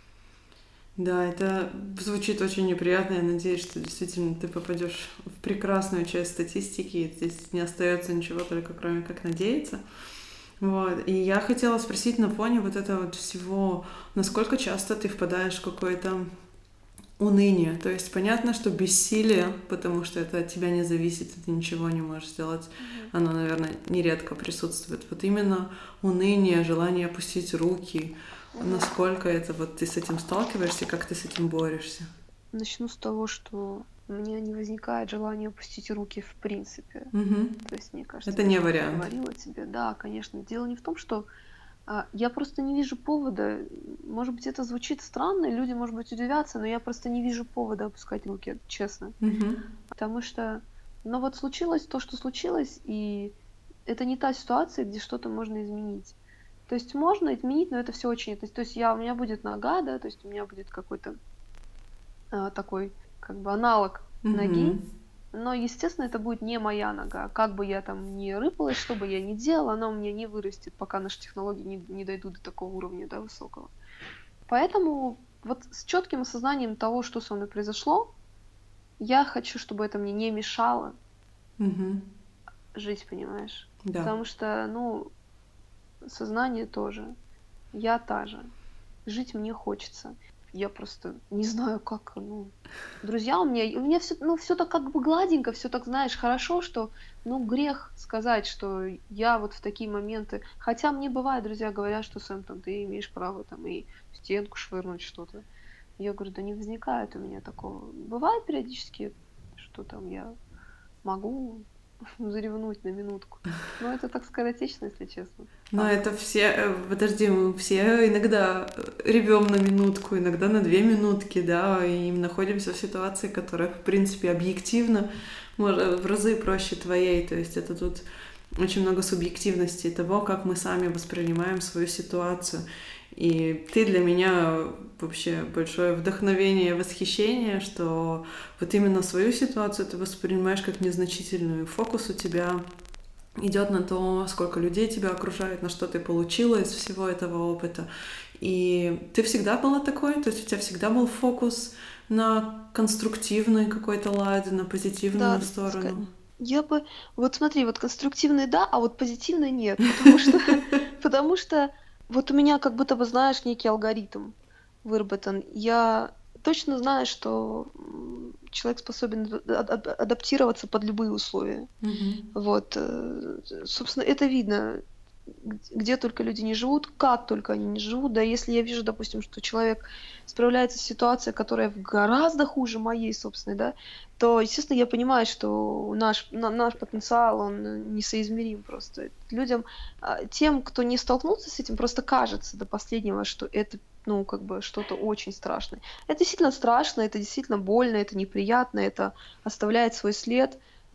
Да, это звучит очень неприятно. Я надеюсь, что действительно ты попадешь в прекрасную часть статистики, и здесь не остается ничего, только кроме как надеяться. Вот. И я хотела спросить на фоне вот этого вот всего, насколько часто ты впадаешь в какое-то уныние. То есть понятно, что бессилие, потому что это от тебя не зависит, и ты ничего не можешь сделать. Mm-hmm. Оно, наверное, нередко присутствует. Вот именно уныние, желание опустить руки. Mm-hmm. Насколько это вот ты с этим сталкиваешься, как ты с этим борешься? Начну с того, что у меня не возникает желания опустить руки в принципе. Mm-hmm. То есть, мне кажется, это я не вариант. говорила тебе. Да, конечно. Дело не в том, что а, я просто не вижу повода. Может быть, это звучит странно, и люди, может быть, удивятся, но я просто не вижу повода опускать руки, честно. Mm-hmm. Потому что, ну вот случилось то, что случилось, и это не та ситуация, где что-то можно изменить. То есть можно изменить, но это все очень... То есть, то есть я, у меня будет нога, да, то есть у меня будет какой-то а, такой, как бы, аналог Mm-hmm. ноги, но, естественно, это будет не моя нога. Как бы я там ни рыпалась, что бы я ни делала, она у меня не вырастет, пока наши технологии не, не дойдут до такого уровня, да, высокого. Поэтому вот с четким осознанием того, что со мной произошло, я хочу, чтобы это мне не мешало Mm-hmm. жить, понимаешь? Да. Потому что, ну, сознание тоже. Я та же. Жить мне хочется. Я просто не знаю, как, ну... Друзья у меня... У меня все, ну, все так как бы гладенько, все так, знаешь, хорошо, что, ну, грех сказать, что я вот в такие моменты... Хотя мне бывает, друзья говорят, что, Сэм, там, ты имеешь право там и в стенку швырнуть что-то. Я говорю, да не возникает у меня такого. Бывает периодически, что там я могу заревнуть на минутку. Но это так скоротечно, если честно. Но а. это все... Подожди, мы все иногда ревем на минутку, иногда на две минутки, да, и находимся в ситуации, которая, в принципе, объективно, может, в разы проще твоей. То есть это тут очень много субъективности того, как мы сами воспринимаем свою ситуацию. И ты для меня вообще большое вдохновение, восхищение, что вот именно свою ситуацию ты воспринимаешь как незначительную. Фокус у тебя идет на то, сколько людей тебя окружает, на что ты получила из всего этого опыта. И ты всегда была такой, то есть у тебя всегда был фокус на конструктивный какой-то лад, на позитивную Да, сторону. Я бы... Вот смотри, вот конструктивный да, а вот позитивный нет. Потому что... Потому что вот у меня как будто бы, знаешь, некий алгоритм выработан. Я точно знаю, что человек способен адаптироваться под любые условия. Mm-hmm. Вот. Собственно, это видно, где только люди не живут, как только они не живут. Да, если я вижу, допустим, что человек справляется с ситуацией, которая гораздо хуже моей собственной, да, то, естественно, я понимаю, что наш, наш потенциал, он несоизмерим просто. Людям, тем, кто не столкнулся с этим, просто кажется до последнего, что это, ну, как бы что-то очень страшное. Это действительно страшно, это действительно больно, это неприятно, это оставляет свой след.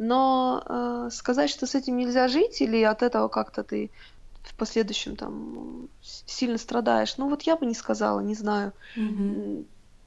Но э, сказать, что с этим нельзя жить, или от этого как-то ты в последующем там сильно страдаешь, ну вот я бы не сказала, не знаю. Mm-hmm.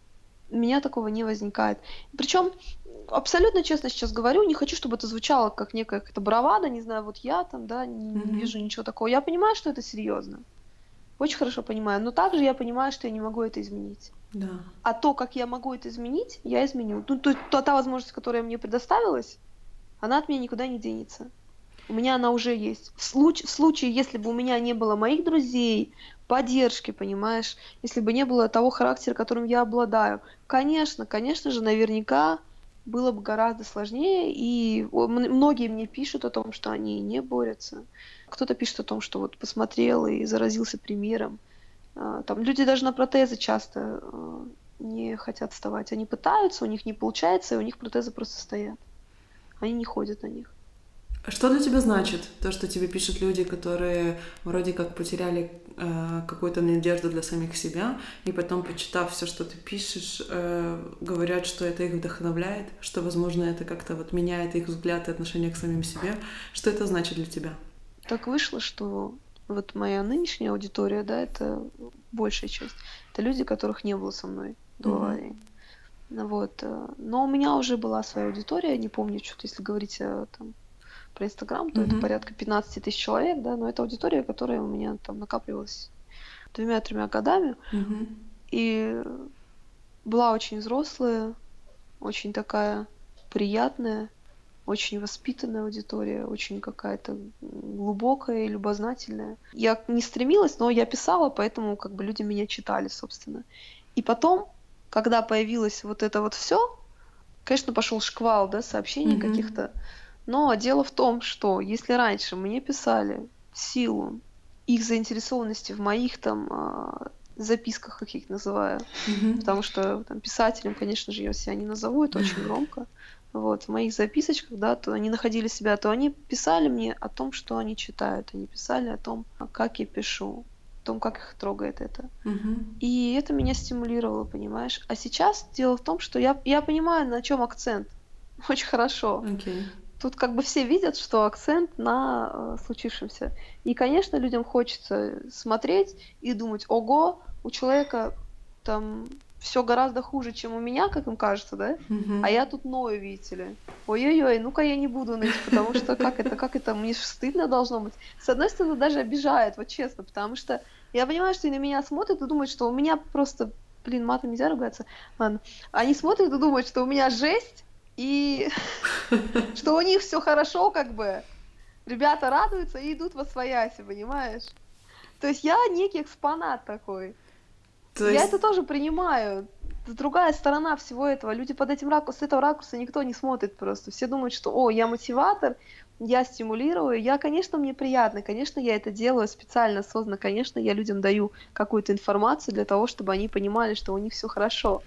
У меня такого не возникает. Причем абсолютно честно сейчас говорю, не хочу, чтобы это звучало как некая какая-то бравада, не знаю, вот я там, да, не, Mm-hmm. не вижу ничего такого. Я понимаю, что это серьезно. Очень хорошо понимаю. Но также я понимаю, что я не могу это изменить. Да. А то, как я могу это изменить, я изменю. Ну, то, то, та возможность, которая мне предоставилась, она от меня никуда не денется. У меня она уже есть. В, случ- в случае, если бы у меня не было моих друзей, поддержки, понимаешь, если бы не было того характера, которым я обладаю, конечно, конечно же, наверняка было бы гораздо сложнее, и многие мне пишут о том, что они не борются. Кто-то пишет о том, что вот посмотрел и заразился примером. Там люди даже на протезы часто не хотят вставать. Они пытаются, у них не получается, и у них протезы просто стоят. Они не ходят на них. Что для тебя значит то, что тебе пишут люди, которые вроде как потеряли э, какую-то надежду для самих себя, и потом, почитав все, что ты пишешь, э, говорят, что это их вдохновляет, что, возможно, это как-то вот меняет их взгляд и отношение к самим себе. Что это значит для тебя? Так вышло, что вот моя нынешняя аудитория, да, это большая часть. Это люди, которых не было со мной до аварии. Ну вот. э, Но у меня уже была своя аудитория, не помню, что-то, если говорить э, там про Инстаграм, то это Мгм. порядка пятнадцать тысяч человек, да, но это аудитория, которая у меня там накапливалась двумя-тремя годами, Мгм. и была очень взрослая, очень такая приятная, очень воспитанная аудитория, очень какая-то глубокая и любознательная. Я не стремилась, но я писала, поэтому как бы люди меня читали, собственно. И потом, когда появилось вот это вот все, конечно, пошел шквал, да, сообщений Мгм. каких-то. Но дело в том, что если раньше мне писали в силу их заинтересованности в моих там а, записках, как я их называю, Мгм. потому что там писателем, конечно же, я себя не назову, это очень громко. Вот, в моих записочках, да, то они находили себя, то они писали мне о том, что они читают, они писали о том, а, как я пишу, о том, как их трогает это. Мгм. И это меня стимулировало, понимаешь? А сейчас дело в том, что я, я понимаю, на чем акцент. Очень хорошо. Окей. Тут как бы все видят, что акцент на э, случившемся. И, конечно, людям хочется смотреть и думать, ого, у человека там все гораздо хуже, чем у меня, как им кажется, да? А Мгм. я тут ною, видите ли. Ой-ой-ой, ну-ка я не буду ныть, потому что как это, как это, мне ж стыдно должно быть. С одной стороны, даже обижает, вот честно, потому что я понимаю, что и на меня смотрят и думают, что у меня просто, блин, матом нельзя ругаться, ладно. Они смотрят и думают, что у меня жесть, и что у них все хорошо, как бы. Ребята радуются и идут восвояси, понимаешь? То есть я некий экспонат такой. То Я есть, это тоже принимаю. Это другая сторона всего этого. Люди под этим ракурсом, с этого ракурса никто не смотрит просто. Все думают, что, о, я мотиватор, я стимулирую. Я, конечно, мне приятно, конечно, я это делаю специально, осознанно, конечно, я людям даю какую-то информацию для того, чтобы они понимали, что у них все хорошо.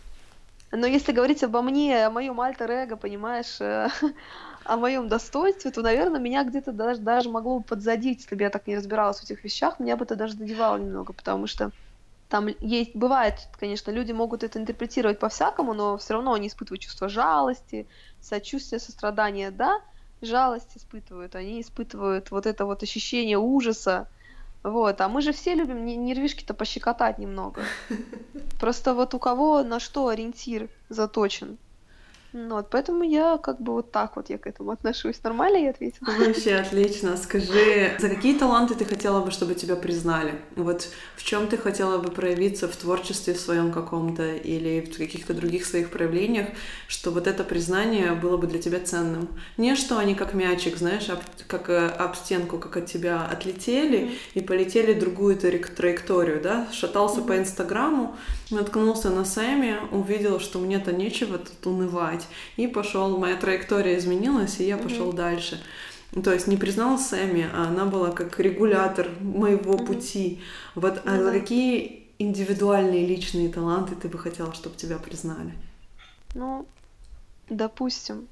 Но если говорить обо мне, о моем альтер-эго, понимаешь, э, о моем достоинстве, то, наверное, меня где-то даже, даже могло бы подзадеть, если бы я так не разбиралась в этих вещах, меня бы это даже задевало немного, потому что там есть, бывает, конечно, люди могут это интерпретировать по-всякому, но все равно они испытывают чувство жалости, сочувствия, сострадания, да, жалость испытывают, они испытывают вот это вот ощущение ужаса, вот, а мы же все любим не- нервишки-то пощекотать немного. Просто вот у кого на что ориентир заточен. Ну вот, поэтому я как бы вот так вот я к этому отношусь. Нормально я ответила? вообще отлично. Скажи, за какие таланты ты хотела бы, чтобы тебя признали? Вот в чем ты хотела бы проявиться в творчестве своем каком-то или в каких-то других своих проявлениях, что вот это признание было бы для тебя ценным? Не что они как мячик, знаешь, об, как э, об стенку, как от тебя отлетели Мгм. и полетели в другую траек- траекторию, да? Шатался по Мгм. Инстаграму, наткнулся на Сэмми, увидел, что мне-то нечего тут унывать, и пошел, моя траектория изменилась, и я Мгм. пошел дальше. Ну, то есть не признал Сэмми, а она была как регулятор моего Мгм. пути. Вот, а Ну за да. какие индивидуальные личные таланты ты бы хотела, чтобы тебя признали? Ну, допустим,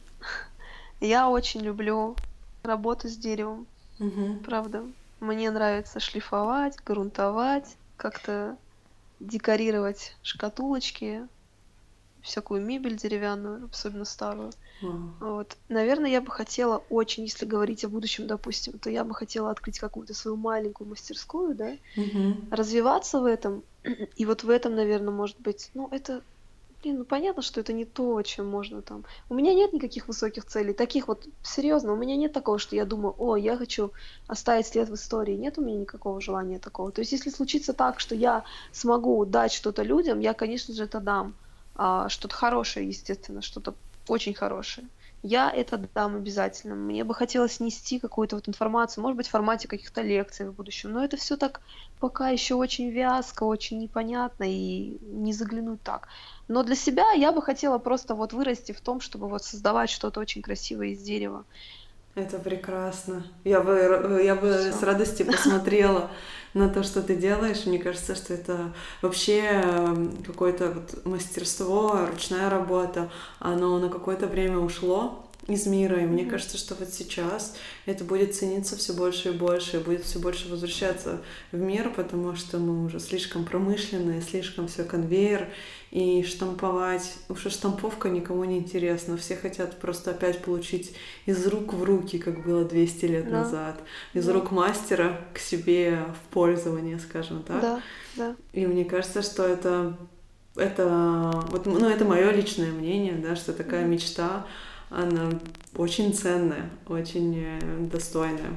я очень люблю работу с деревом, Мгм. правда. Мне нравится шлифовать, грунтовать, как-то декорировать шкатулочки, всякую мебель деревянную, особенно старую. Вау. Вот. Наверное, я бы хотела очень, если говорить о будущем, допустим, то я бы хотела открыть какую-то свою маленькую мастерскую, да, Мгм. развиваться в этом. И вот в этом, наверное, может быть, ну, это, блин, ну, понятно, что это не то, чем можно там. У меня нет никаких высоких целей, таких вот, серьезно, у меня нет такого, что я думаю, о, я хочу оставить след в истории. Нет у меня никакого желания такого. То есть, если случится так, что я смогу дать что-то людям, я, конечно же, это дам. А, что-то хорошее, естественно, что-то очень хорошее. Я это дам обязательно. Мне бы хотелось нести какую-то вот информацию, может быть, в формате каких-то лекций в будущем. Но это все так пока еще очень вязко, очень непонятно и не заглянуть так. Но для себя я бы хотела просто вот вырасти в том, чтобы вот создавать что-то очень красивое из дерева. Это прекрасно. Я бы, я бы с Все. радостью посмотрела на то, что ты делаешь. Мне кажется, что это вообще эм, какое-то вот мастерство, ручная работа. Оно на какое-то время ушло из мира, и мне Мгм. кажется, что вот сейчас это будет цениться все больше и больше, и будет все больше возвращаться в мир, потому что мы уже слишком промышленные, слишком все конвейер, и штамповать, уж и штамповка никому не интересна, все хотят просто опять получить из рук в руки, как было двести лет Да, назад, из да, рук мастера к себе в пользование, скажем так. да, да. И мне кажется, что это это, вот, ну, это мое личное мнение, да, что такая мечта, она очень ценная, очень достойная.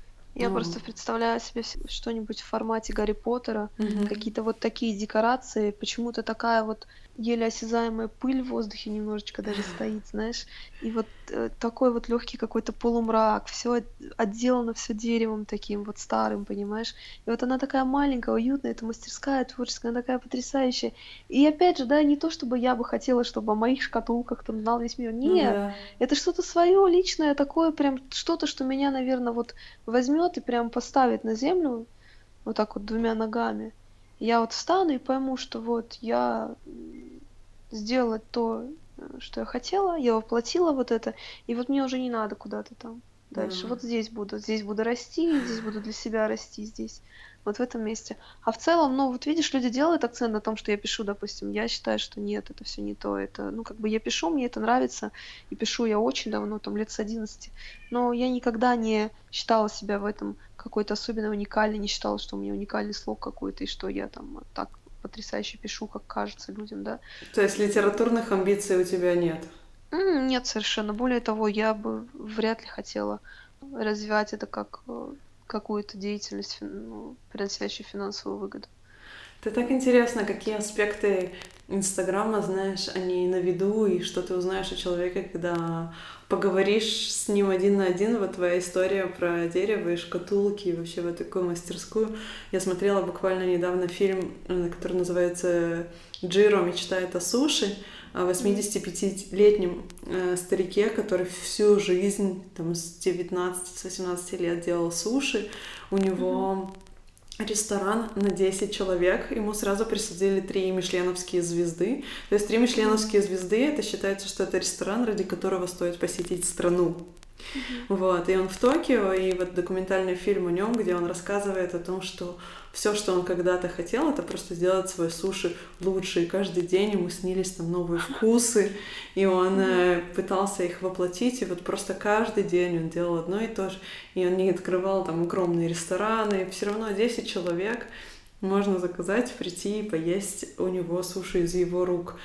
Я Ну, просто представляю себе вс- что-нибудь в формате Гарри Поттера, мгм. какие-то вот такие декорации, почему-то такая вот еле осязаемая пыль в воздухе немножечко даже стоит, знаешь, и вот э, такой вот легкий какой-то полумрак, все отделано все деревом таким вот старым, понимаешь, и вот она такая маленькая, уютная, эта мастерская творческая, она такая потрясающая, и опять же, да, не то чтобы я бы хотела, чтобы о моих шкатулках там знал весь мир, Ну нет, да. это что-то свое личное такое, прям что-то, что меня, наверное, вот возьмет и прям поставит на землю вот так вот двумя ногами. Я вот встану и пойму, что вот я м, сделала то, э, что я хотела, я воплотила вот это, и вот мне уже не надо куда-то там Да. дальше. Вот здесь буду, здесь буду расти, здесь буду для себя расти, здесь, вот в этом месте. А в целом, ну вот видишь, люди делают акцент на том, что я пишу, допустим, я считаю, что нет, это все не то, это, ну как бы я пишу, мне это нравится, и пишу я очень давно, там лет с одиннадцати, но я никогда не считала себя в этом какой-то особенно уникальной, не считала, что у меня уникальный слог какой-то, и что я там так потрясающе пишу, как кажется людям, да. То есть литературных амбиций у тебя нет? М, Нет, совершенно. Более того, я бы вряд ли хотела развивать это как э, какую-то деятельность, фин- ну, приносящую финансовую выгоду. Это так интересно, какие аспекты Инстаграма, знаешь, они на виду, и что ты узнаешь о человеке, когда поговоришь с ним один на один. Вот твоя история про дерево и шкатулки, и вообще вот такую мастерскую. Я смотрела буквально недавно фильм, э, который называется «Джиро мечтает о суши», о Мгм. восьмидесятипятилетнем э, старике, который всю жизнь, там, с девятнадцати, с восемнадцати лет делал суши. У Мгм. него ресторан на десять человек, ему сразу присудили три мишленовские звезды. То есть три Мгм. мишленовские звезды, это считается, что это ресторан, ради которого стоит посетить страну. Мгм. Вот, и он в Токио, и вот документальный фильм о нем, где он рассказывает о том, что все, что он когда-то хотел, это просто сделать свой суши лучше, и каждый день ему снились там новые вкусы, и он Мгм. э, пытался их воплотить, и вот просто каждый день он делал одно и то же, и он не открывал там огромные рестораны, все равно десять человек можно заказать, прийти и поесть у него суши из его рук.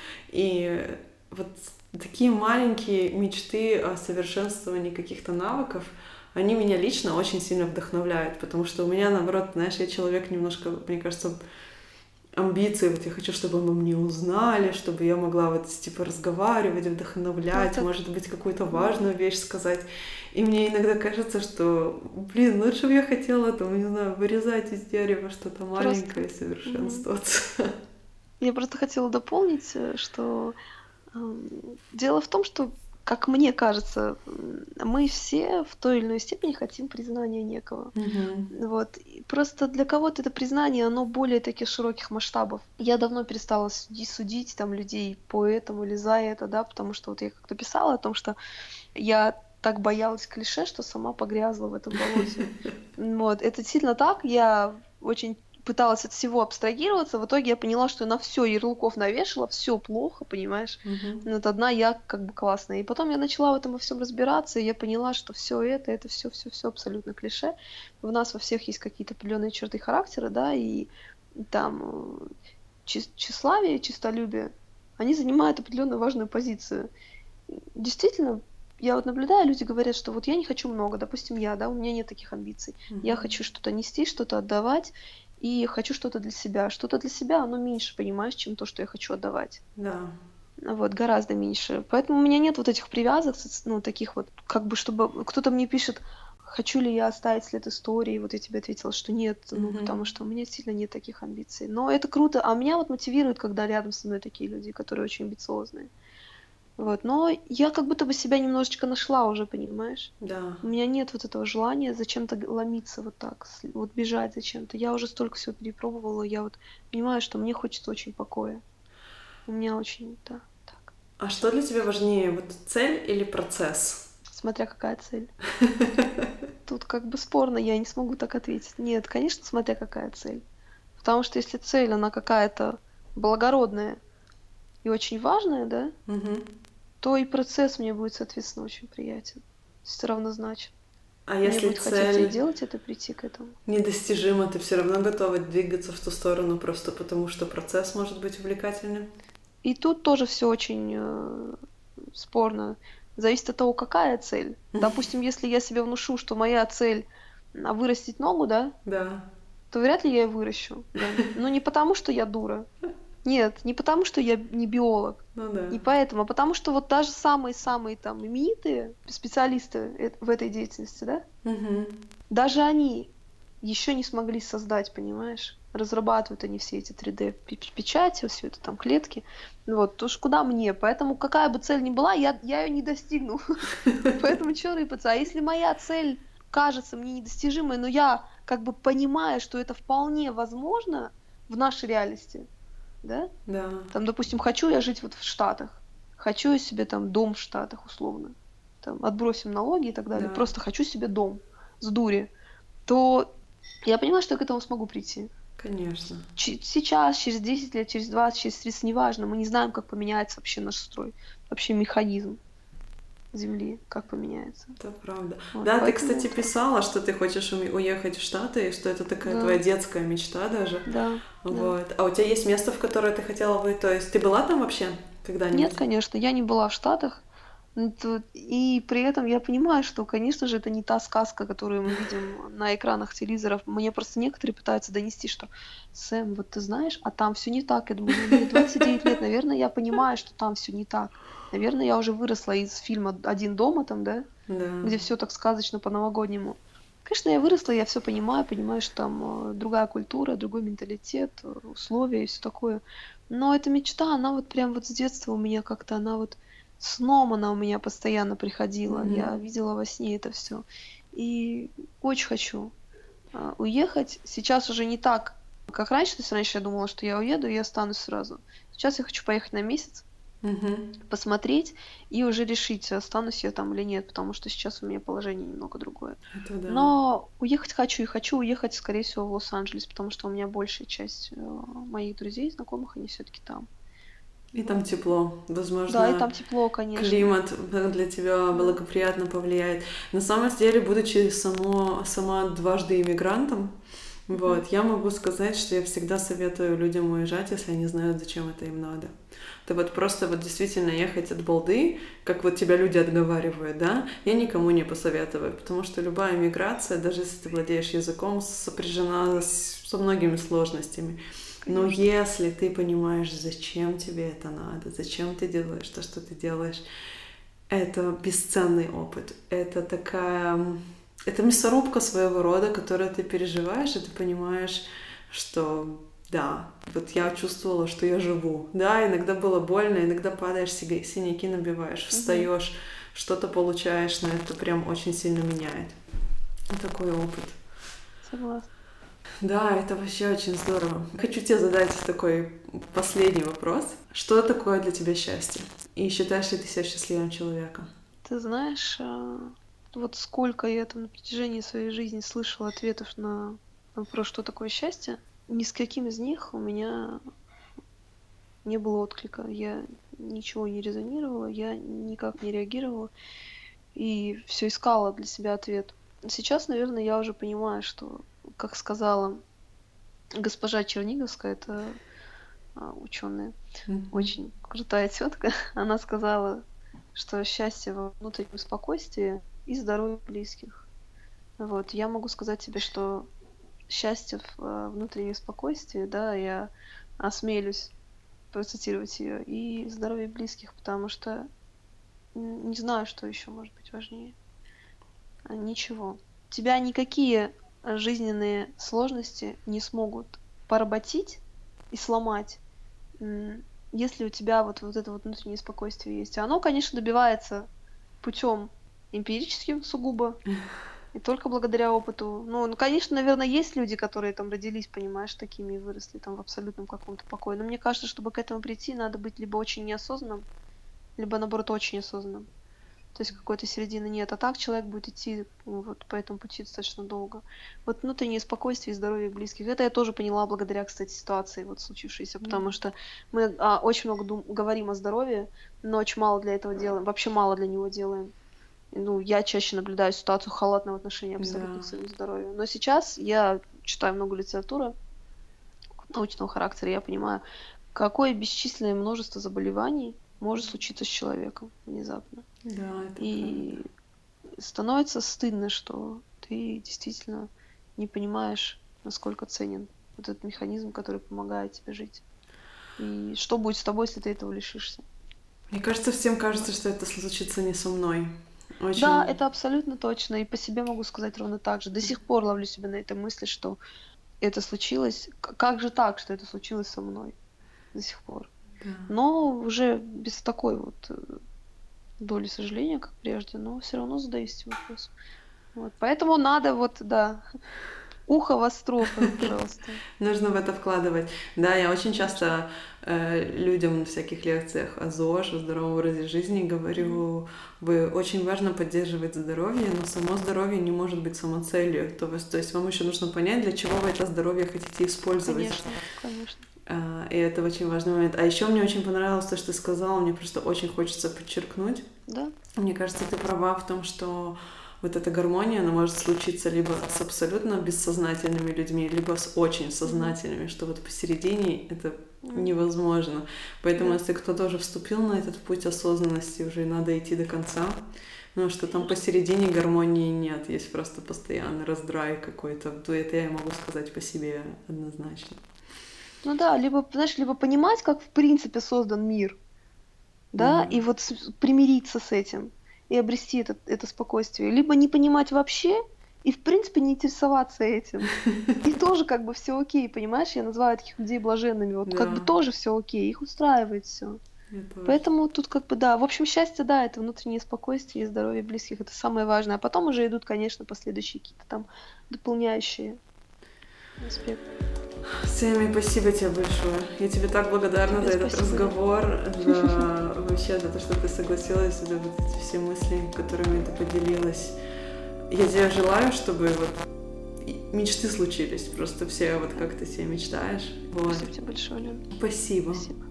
И вот такие маленькие мечты о совершенствовании каких-то навыков, они меня лично очень сильно вдохновляют, потому что у меня, наоборот, знаешь, я человек немножко, мне кажется, амбиции, вот я хочу, чтобы мы мне узнали, чтобы я могла вот типа разговаривать, Ну вдохновлять, так, может быть, какую-то м, важную вещь сказать. И мне иногда кажется, что, блин, лучше бы я хотела там, не знаю, вырезать из дерева что-то маленькое просто... и мгм. совершенствоваться. Я просто хотела дополнить, э, что ам, дело в том, что, как мне кажется, м, мы все в той или иной степени хотим признания некого. Мгм. Вот. И просто для кого-то это признание, оно более таких широких масштабов. Я давно перестала суди- судить там людей по этому или за это, да, потому что вот я как-то писала о том, что я так боялась клише, что сама погрязла в этом болоте. Вот. Это сильно так. Я очень пыталась от всего абстрагироваться. В итоге я поняла, что на все ярлыков навешала, все плохо, понимаешь? Мгм. Но вот одна я как бы классная. И потом я начала в этом во всем разбираться, и я поняла, что все это, это все, все, все абсолютно клише. В нас во всех есть какие-то определенные черты характера, да, и там э, чис- тщеславие, честолюбие, они занимают определенную важную позицию. Действительно, я вот наблюдаю, люди говорят, что вот я не хочу много, допустим, я, да, у меня нет таких амбиций. Я Мгм. хочу что-то нести, что-то отдавать, и хочу что-то для себя. Что-то для себя, оно меньше, понимаешь, чем то, что я хочу отдавать. Да. Вот, гораздо меньше. Поэтому у меня нет вот этих привязок, соц- ну, таких вот, как бы, чтобы кто-то мне пишет, хочу ли я оставить след истории, вот я тебе ответила, что нет, ну, Мгм. потому что у меня сильно нет таких амбиций. Но это круто, а меня вот мотивирует, когда рядом со мной такие люди, которые очень амбициозные. Вот, но я как будто бы себя немножечко нашла уже, понимаешь? Да. У меня нет вот этого желания зачем-то г- ломиться вот так, с- вот бежать зачем-то. Я уже столько всего перепробовала, я вот понимаю, что мне хочется очень покоя. У меня очень, да, так, А все. что для тебя важнее, вот цель или процесс? Смотря какая цель. Тут как бы спорно, я не смогу так ответить. Нет, конечно, смотря какая цель. Потому что если цель, она какая-то благородная и очень важная, да, Мгм. то и процесс мне будет, соответственно, очень приятен. То есть равнозначен. А Мне если будет хотеться и цель делать это, прийти к этому. недостижима, ты все равно готова двигаться в ту сторону, просто потому что процесс может быть увлекательным? И тут тоже все очень э, спорно. Зависит от того, какая цель. Допустим, если я себе внушу, что моя цель а, вырастить ногу, да, Да. то вряд ли я ее выращу. Да. Но не потому, что я дура. Нет, не потому, что я не биолог. Ну да. Не поэтому, а потому что вот даже самые-самые там именитые специалисты э- в этой деятельности, да, Мгм. даже они еще не смогли создать, понимаешь? Разрабатывают они все эти три дэ пе- печати, все это там клетки. Вот, то ж куда мне? Поэтому какая бы цель ни была, я, я ее не достигну. Поэтому что рыпаться? А если моя цель кажется мне недостижимой, но я как бы понимаю, что это вполне возможно в нашей реальности, да? Да. Там, допустим, хочу я жить вот в Штатах, хочу я себе там дом в Штатах условно, там отбросим налоги и так далее, Да. просто хочу себе дом с дури, то я понимаю, что я к этому смогу прийти. Конечно. Ч- сейчас, через десять лет, через двадцать, через тридцать, неважно, мы не знаем, как поменяется вообще наш строй, вообще механизм Земли, как поменяется. Это правда. Вот, Да, ты, поэтому кстати, так. писала, что ты хочешь уме- уехать в Штаты, и что это такая Да, твоя детская мечта даже. да, да. Вот. А у тебя есть место, в которое ты хотела бы, то есть ты была там вообще Нет, когда-нибудь? конечно, я не была в Штатах. Ну, то- И при этом я понимаю, что, конечно же, это не та сказка, которую мы видим на экранах телевизоров. Мне просто некоторые пытаются донести, что Сэм, вот ты знаешь, а там все не так. Я думаю, ну, мне двадцать девять лет, наверное, я понимаю, что там все не так. Наверное, я уже выросла из фильма «Один дома», там, да, Да. где все так сказочно по-новогоднему. Конечно, я выросла, я все понимаю, понимаю, что там э, другая культура, другой менталитет, э, условия и все такое. Но эта мечта, она вот прям вот с детства у меня как-то, она вот сном она у меня постоянно приходила. Я Мгм. видела во сне это все. И очень хочу а, уехать. Сейчас уже не так, как раньше. То есть раньше я думала, что я уеду и останусь сразу. Сейчас я хочу поехать на месяц, Мгм. посмотреть и уже решить, останусь я там или нет, потому что сейчас у меня положение немного другое. Это да. Но уехать хочу и хочу уехать, скорее всего, в Лос-Анджелес, потому что у меня большая часть э, моих друзей, знакомых, они все-таки там. И Вот. там тепло. Да, и Возможно, там тепло, конечно. климат для тебя Да. благоприятно повлияет. На самом деле, будучи само, сама дважды иммигрантом, Мгм. вот, я могу сказать, что я всегда советую людям уезжать, если они знают, зачем это им надо. Ты вот просто вот действительно ехать от балды, как вот тебя люди отговаривают, да, я никому не посоветую, потому что любая миграция, даже если ты владеешь языком, сопряжена с, со многими сложностями. Но Конечно. если ты понимаешь, зачем тебе это надо, зачем ты делаешь то, что ты делаешь, это бесценный опыт. Это такая... м, Это мясорубка своего рода, которую ты переживаешь, и ты понимаешь, что да, вот я чувствовала, что я живу. Да, иногда было больно, иногда падаешь, сига- синяки набиваешь, Мгм. встаешь, что-то получаешь, но это прям очень сильно меняет. Такой опыт. Согласна. Да, это вообще очень здорово. Хочу тебе задать такой последний вопрос. Что такое для тебя счастье? И считаешь ли ты себя счастливым человеком? Ты знаешь, а, вот сколько я там на протяжении своей жизни слышала ответов на на вопрос, что такое счастье, ни с каким из них у меня не было отклика. Я ничего не резонировала, я никак не реагировала и все искала для себя ответ. Сейчас, наверное, я уже понимаю, что, как сказала госпожа Черниговская, это ученая, Мгм. очень крутая тетка, она сказала, что счастье во внутреннем спокойствии и здоровье близких. Вот, я могу сказать тебе, что счастье в э, внутреннем спокойствии, да, я осмелюсь процитировать ее, и здоровье близких, потому что м, не знаю, что еще может быть важнее. А, Ничего. Тебя никакие э, жизненные сложности не смогут поработить и сломать, м, если у тебя вот, вот это вот внутреннее спокойствие есть. И оно, конечно, добивается путем эмпирическим сугубо, и только благодаря опыту. Ну, ну, конечно, наверное, есть люди, которые там родились, понимаешь, такими и выросли там в абсолютном каком-то покое. Но мне кажется, чтобы к этому прийти, надо быть либо очень неосознанным, либо, наоборот, очень осознанным. То есть какой-то середины нет. А так человек будет идти ну, вот по этому пути достаточно долго. Вот внутреннее спокойствие и здоровье близких. Это я тоже поняла благодаря, кстати, ситуации вот случившейся. Потому что мы а, очень много дум- говорим о здоровье, но очень мало для этого делаем. Вообще мало для него делаем. Ну, я чаще наблюдаю ситуацию халатного отношения абсолютно Да. к своему здоровью. Но сейчас я читаю много литературы научного характера, я понимаю, какое бесчисленное множество заболеваний может случиться с человеком внезапно. Да, это И правда. становится стыдно, что ты действительно не понимаешь, насколько ценен вот этот механизм, который помогает тебе жить. И что будет с тобой, если ты этого лишишься? Мне кажется, всем кажется, что это случится не со мной. Очень... Да, это абсолютно точно. И по себе могу сказать ровно так же. До сих пор ловлю себя на этой мысли, что это случилось. К- Как же так, что это случилось со мной? До сих пор. Да. Но уже без такой вот э, доли сожаления, как прежде, но все равно задаюсь этим вопросом. Вот. Поэтому надо вот, да, ухо востро, пожалуйста. Нужно в это вкладывать. Да, я очень часто э, людям на всяких лекциях о ЗОЖ, о здоровом образе жизни говорю, вы очень важно поддерживать здоровье, но само здоровье не может быть самоцелью. То есть, то есть вам еще нужно понять, для чего вы это здоровье хотите использовать. Конечно, конечно. А, и это очень важный момент. А еще мне очень понравилось то, что ты сказала, мне просто очень хочется подчеркнуть. Да. Мне кажется, ты права в том, что вот эта гармония, она может случиться либо с абсолютно бессознательными людьми, либо с очень сознательными, mm-hmm. что вот посередине это mm-hmm. невозможно. Поэтому, mm-hmm. если кто-то уже вступил на этот путь осознанности, уже надо идти до конца. Ну, что там посередине гармонии нет, есть просто постоянный раздрай какой-то. То это я могу сказать по себе однозначно. Ну да, либо, знаешь, либо понимать, как в принципе создан мир, да, Mm-hmm. и вот с- примириться с этим и обрести это, это спокойствие, либо не понимать вообще и в принципе не интересоваться этим. И тоже как бы все окей, понимаешь? Я называю таких людей блаженными. Вот как бы Да. тоже все окей, их устраивает все. Это Поэтому тут как бы да, в общем счастье, да, это внутреннее спокойствие и здоровье близких, это самое важное. А потом уже идут, конечно, последующие какие-то там дополняющие аспекты. Сэми, спасибо тебе большое. Я тебе так благодарна Тебе за этот спасибо. разговор, за вообще за то, что ты согласилась, за вот эти все мысли, которыми ты поделилась. Я тебе желаю, чтобы вот и мечты случились, просто все вот как ты себе мечтаешь. Вот. Спасибо тебе большое, Лен. Спасибо. Спасибо.